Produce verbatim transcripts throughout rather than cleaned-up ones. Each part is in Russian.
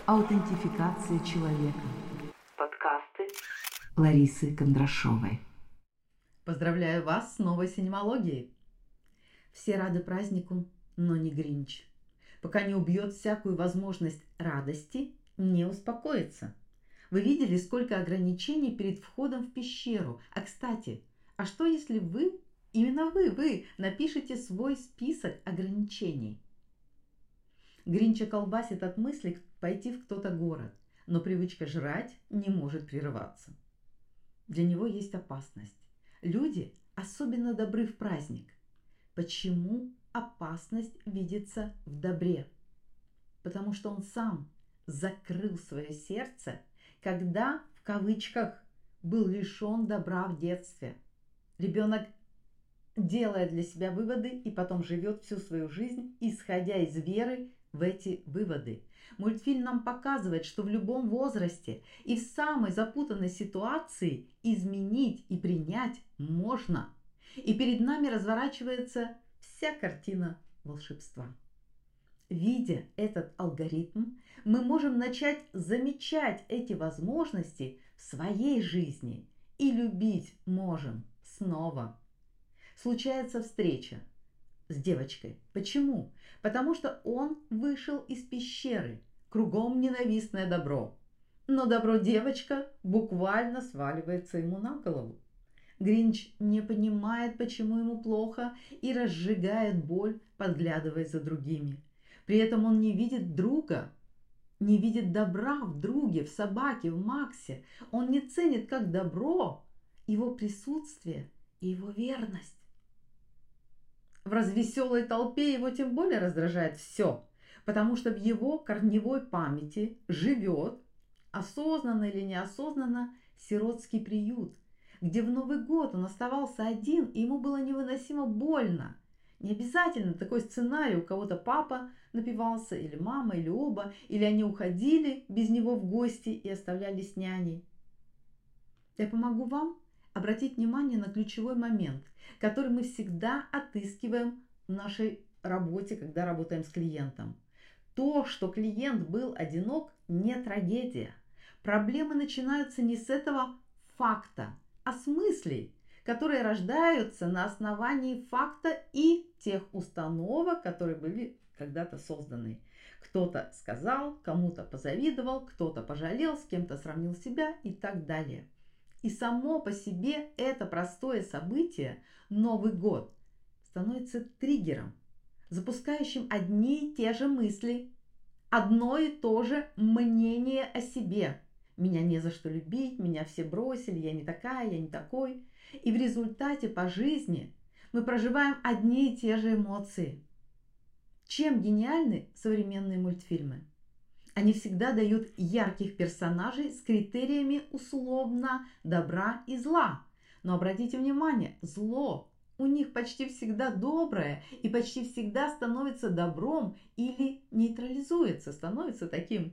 Аутентификация человека. Подкасты Ларисы Кондрашовой. Поздравляю вас с новой синемологией. Все рады празднику, но не Гринч. Пока не убьет всякую возможность радости, не успокоится. Вы видели, сколько ограничений перед входом в пещеру? А кстати, а что если вы, именно вы, вы напишите свой список ограничений? Гринча колбасит от мысли пойти в кто-то город, но привычка жрать не может прерываться. Для него есть опасность. Люди особенно добры в праздник. Почему опасность видится в добре? Потому что он сам закрыл свое сердце, когда, в кавычках, был лишен добра в детстве. Ребенок делает для себя выводы и потом живет всю свою жизнь, исходя из веры в эти выводы. Мультфильм нам показывает, что в любом возрасте и в самой запутанной ситуации изменить и принять можно. И перед нами разворачивается вся картина волшебства. Видя этот алгоритм, мы можем начать замечать эти возможности в своей жизни и любить можем снова. Случается встреча с девочкой. Почему? Потому что он вышел из пещеры. Кругом ненавистное добро. Но добро девочка буквально сваливается ему на голову. Гринч не понимает, почему ему плохо, и разжигает боль, подглядывая за другими. При этом он не видит друга, не видит добра в друге, в собаке, в Максе. Он не ценит как добро его присутствие и его верность. В развеселой толпе его тем более раздражает все, потому что в его корневой памяти живет, осознанно или неосознанно, сиротский приют, где в Новый год он оставался один, и ему было невыносимо больно. Не обязательно такой сценарий: у кого-то папа напивался, или мама, или оба, или они уходили без него в гости и оставлялись няней. Я помогу вам обратить внимание на ключевой момент, который мы всегда отыскиваем в нашей работе, когда работаем с клиентом. То, что клиент был одинок, не трагедия. Проблемы начинаются не с этого факта, а с мыслей, которые рождаются на основании факта и тех установок, которые были когда-то созданы. Кто-то сказал, кому-то позавидовал, кто-то пожалел, с кем-то сравнил себя и так далее. И само по себе это простое событие, Новый год, становится триггером, запускающим одни и те же мысли, одно и то же мнение о себе. Меня не за что любить, меня все бросили, я не такая, я не такой. И в результате по жизни мы проживаем одни и те же эмоции. Чем гениальны современные мультфильмы? Они всегда дают ярких персонажей с критериями условно добра и зла. Но обратите внимание, зло у них почти всегда доброе и почти всегда становится добром или нейтрализуется, становится таким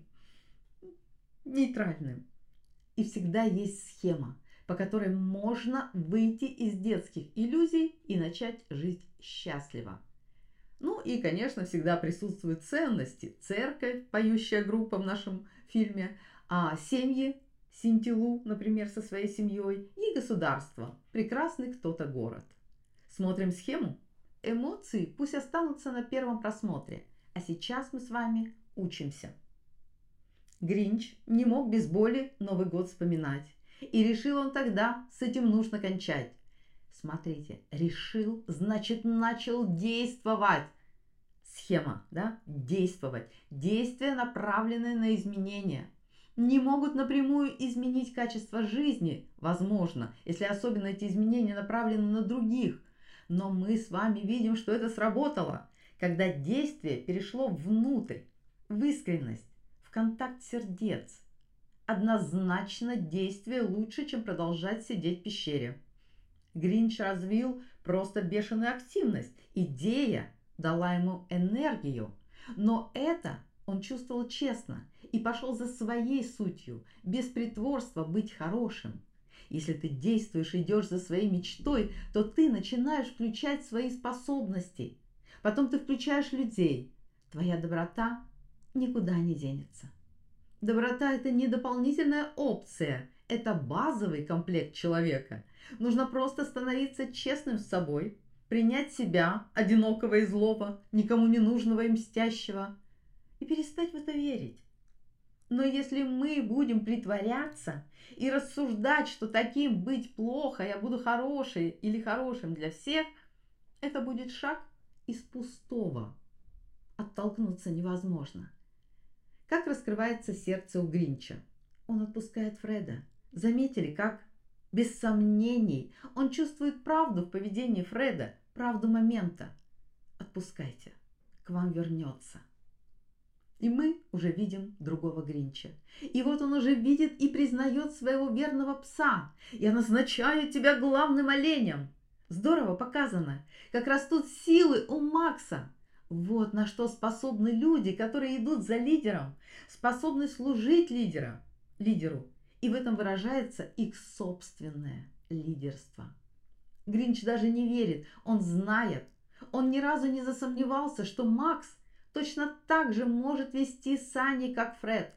нейтральным. И всегда есть схема, по которой можно выйти из детских иллюзий и начать жить счастливо. Ну и, конечно, всегда присутствуют ценности. Церковь, поющая группа в нашем фильме, а семьи, Синтилу, например, со своей семьей, и государство, прекрасный кто-то город. Смотрим схему. Эмоции пусть останутся на первом просмотре, а сейчас мы с вами учимся. Гринч не мог без боли Новый год вспоминать. И решил он тогда, с этим нужно кончать. Смотрите, решил, значит, начал действовать. Схема, да? Действовать. Действия, направленные на изменения. Не могут напрямую изменить качество жизни, возможно, если особенно эти изменения направлены на других. Но мы с вами видим, что это сработало, когда действие перешло внутрь, в искренность, в контакт сердец. Однозначно действие лучше, чем продолжать сидеть в пещере. Гринч развил просто бешеную активность. Идея дала ему энергию. Но это он чувствовал честно и пошел за своей сутью, без притворства быть хорошим. Если ты действуешь и идешь за своей мечтой, то ты начинаешь включать свои способности. Потом ты включаешь людей. Твоя доброта никуда не денется. Доброта – это не дополнительная опция, это базовый комплект человека. Нужно просто становиться честным с собой, принять себя, одинокого и злого, никому не нужного и мстящего, и перестать в это верить. Но если мы будем притворяться и рассуждать, что таким быть плохо, я буду хорошей или хорошим для всех, это будет шаг из пустого. Оттолкнуться невозможно. Как раскрывается сердце у Гринча? Он отпускает Фреда. Заметили, как без сомнений он чувствует правду в поведении Фреда, правду момента. Отпускайте, к вам вернется. И мы уже видим другого Гринча. И вот он уже видит и признает своего верного пса. «Я назначаю тебя главным оленем». Здорово показано, как растут силы у Макса. Вот на что способны люди, которые идут за лидером, способны служить лидера, лидеру. И в этом выражается их собственное лидерство. Гринч даже не верит, он знает. Он ни разу не засомневался, что Макс точно так же может вести сани, как Фред.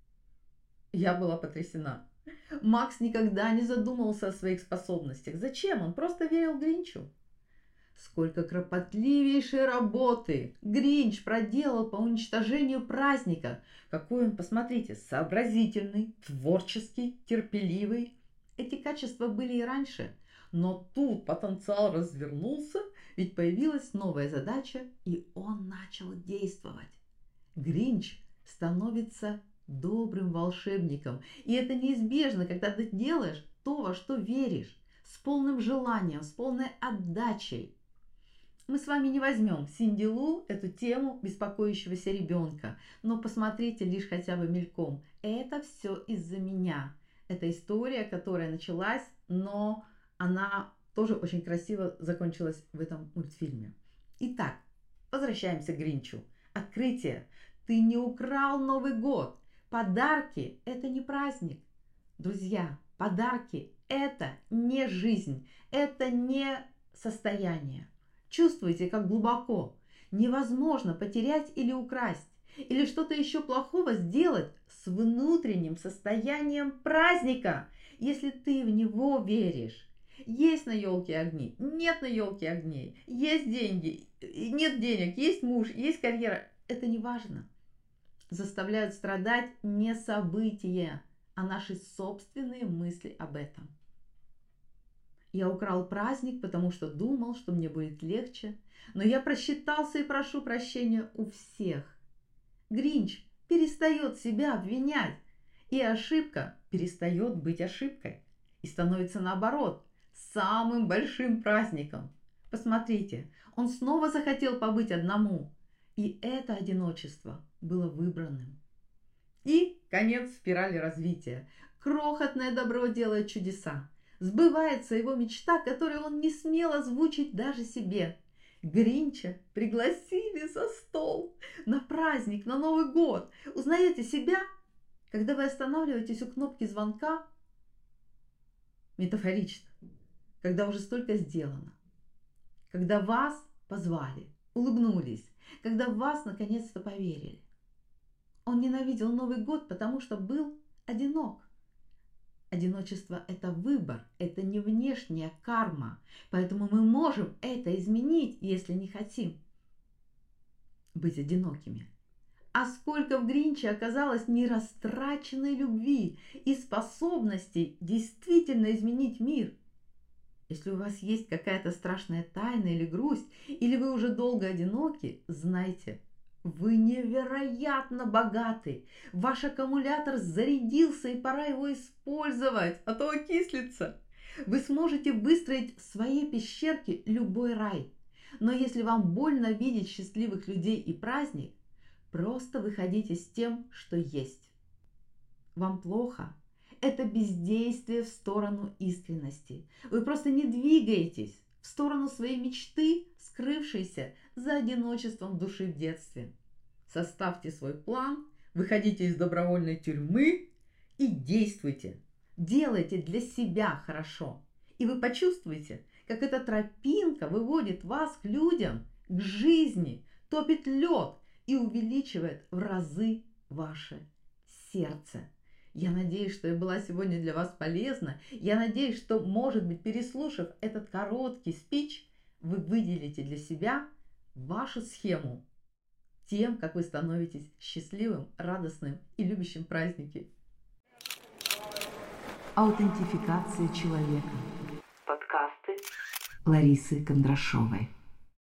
Я была потрясена. Макс никогда не задумывался о своих способностях. Зачем? Он просто верил Гринчу. Сколько кропотливейшей работы Гринч проделал по уничтожению праздника. Какой он, посмотрите, сообразительный, творческий, терпеливый. Эти качества были и раньше. Но тут потенциал развернулся, ведь появилась новая задача, и он начал действовать. Гринч становится добрым волшебником. И это неизбежно, когда ты делаешь то, во что веришь, с полным желанием, с полной отдачей. Мы с вами не возьмем Синди Лу, эту тему беспокоящегося ребенка, но посмотрите лишь хотя бы мельком. Это все из-за меня. Это история, которая началась, но она тоже очень красиво закончилась в этом мультфильме. Итак, возвращаемся к Гринчу. Открытие. Ты не украл Новый год. Подарки – это не праздник. Друзья, подарки – это не жизнь, это не состояние. Чувствуете, как глубоко невозможно потерять или украсть, или что-то еще плохого сделать с внутренним состоянием праздника, если ты в него веришь. Есть на елке огни, нет на елке огней, есть деньги, нет денег, есть муж, есть карьера. Это не важно. Заставляют страдать не события, а наши собственные мысли об этом. Я украл праздник, потому что думал, что мне будет легче, но я просчитался и прошу прощения у всех. Гринч перестает себя обвинять, и ошибка перестает быть ошибкой и становится наоборот самым большим праздником. Посмотрите, он снова захотел побыть одному, и это одиночество было выбранным. И конец спирали развития. Крохотное добро делает чудеса. Сбывается его мечта, которую он не смел озвучить даже себе. Гринча пригласили за стол на праздник, на Новый год. Узнаете себя, когда вы останавливаетесь у кнопки звонка? Метафорично. Когда уже столько сделано. Когда вас позвали, улыбнулись. Когда в вас наконец-то поверили. Он ненавидел Новый год, потому что был одинок. Одиночество – это выбор, это не внешняя карма. Поэтому мы можем это изменить, если не хотим быть одинокими. А сколько в Гринче оказалось нерастраченной любви и способностей действительно изменить мир. Если у вас есть какая-то страшная тайна или грусть, или вы уже долго одиноки, знайте, вы невероятно богаты. Ваш аккумулятор зарядился, и пора его использовать, а то окислится. Вы сможете выстроить в своей пещерке любой рай. Но если вам больно видеть счастливых людей и праздник, просто выходите с тем, что есть. Вам плохо? Это бездействие в сторону искренности. Вы просто не двигаетесь в сторону своей мечты, скрывшейся за одиночеством души в детстве. Составьте свой план, выходите из добровольной тюрьмы и действуйте. Делайте для себя хорошо. И вы почувствуете, как эта тропинка выводит вас к людям, к жизни, топит лед и увеличивает в разы ваше сердца. Я надеюсь, что я была сегодня для вас полезна. Я надеюсь, что, может быть, переслушав этот короткий спич, вы выделите для себя вашу схему тем, как вы становитесь счастливым, радостным и любящим праздники. Аутентификация человека. Подкасты Ларисы Кондрашовой.